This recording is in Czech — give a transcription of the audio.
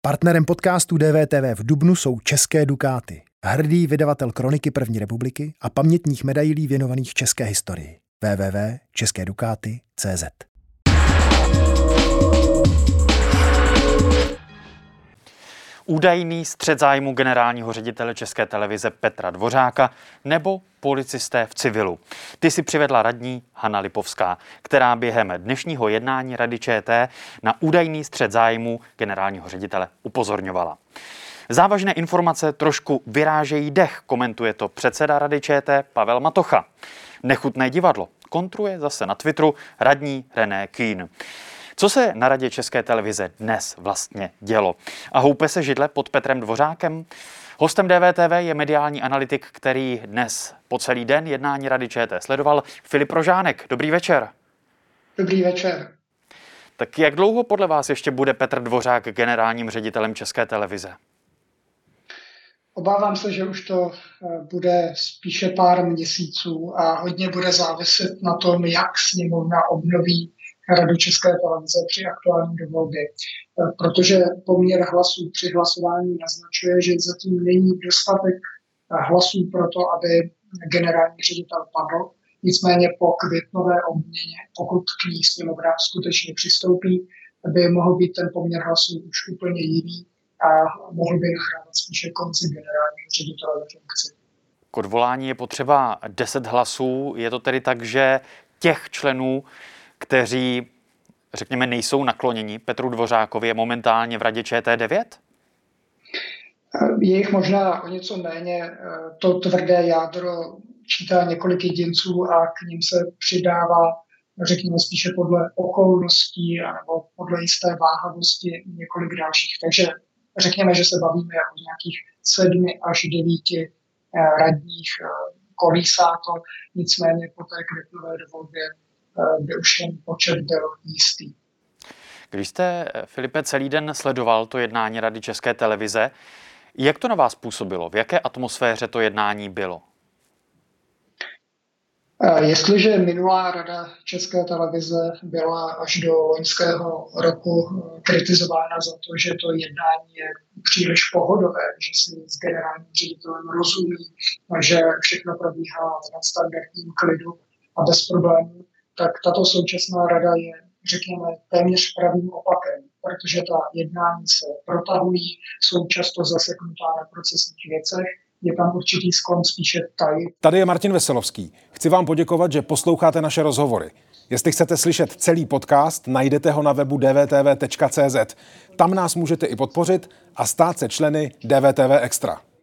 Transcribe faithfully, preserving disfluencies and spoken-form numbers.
Partnerem podcastu D V T V v dubnu jsou České Dukáty, hrdý vydavatel kroniky první republiky a pamětních medailí věnovaných české historii. w w w tečka české dukáty tečka cé zet. Údajný střet zájmu generálního ředitele České televize Petra Dvořáka nebo policisté v civilu. Ty si přivedla radní Hana Lipovská, která během dnešního jednání Rady ČT na údajný střet zájmu generálního ředitele upozorňovala. Závažné informace trošku vyrážejí dech, komentuje to předseda Rady ČT Pavel Matocha. Nechutné divadlo kontruje zase na Twitteru radní René Kühn. Co se na Radě České televize dnes vlastně dělo? A houpe se židle pod Petrem Dvořákem? Hostem D V T V je mediální analytik, který dnes po celý den jednání Rady ČT sledoval, Filip Rožánek. Dobrý večer. Dobrý večer. Tak jak dlouho podle vás ještě bude Petr Dvořák generálním ředitelem České televize? Obávám se, že už to bude spíše pár měsíců a hodně bude záviset na tom, jak sněmovna obnoví Radu České televize při aktuální dovolbě. Protože poměr hlasů při hlasování naznačuje, že zatím není dostatek hlasů pro to, aby generální ředitel padl. Nicméně po květnové obměně, pokud k ní sněmovna skutečně přistoupí, by mohl být ten poměr hlasů už úplně jiný a mohl by nahrávat spíše konci generálního ředitele ve funkci. K odvolání je potřeba deset hlasů. Je to tedy tak, že těch členů, kteří, řekněme, nejsou nakloněni Petru Dvořákovi, je momentálně v Radě ČT devět? Je jich možná o něco méně. To tvrdé jádro čítá několik jedinců a k ním se přidává, řekněme, spíše podle okolností nebo podle jisté váhavosti několik dalších. Takže řekněme, že se bavíme o nějakých sedmi až devíti radních, kolísá to, nicméně po té květnové dovolbě by už ten počet byl jistý. Když jste, Filipe, celý den sledoval to jednání Rady České televize, jak to na vás působilo? V jaké atmosféře to jednání bylo? Jestliže minulá Rada České televize byla až do loňského roku kritizována za to, že to jednání je příliš pohodové, že si s generálním ředitelem rozumí, že všechno probíhá v standardním klidu a bez problémů, tak tato současná rada je, řekněme, téměř pravým opakem, protože ta jednání se protahují, jsou často zaseknutá na procesních věcech, je tam určitý sklon spíše tajit. Tady je Martin Veselovský. Chci vám poděkovat, že posloucháte naše rozhovory. Jestli chcete slyšet celý podcast, najdete ho na webu d v t v tečka cé zet. Tam nás můžete i podpořit a stát se členy D V T V Extra.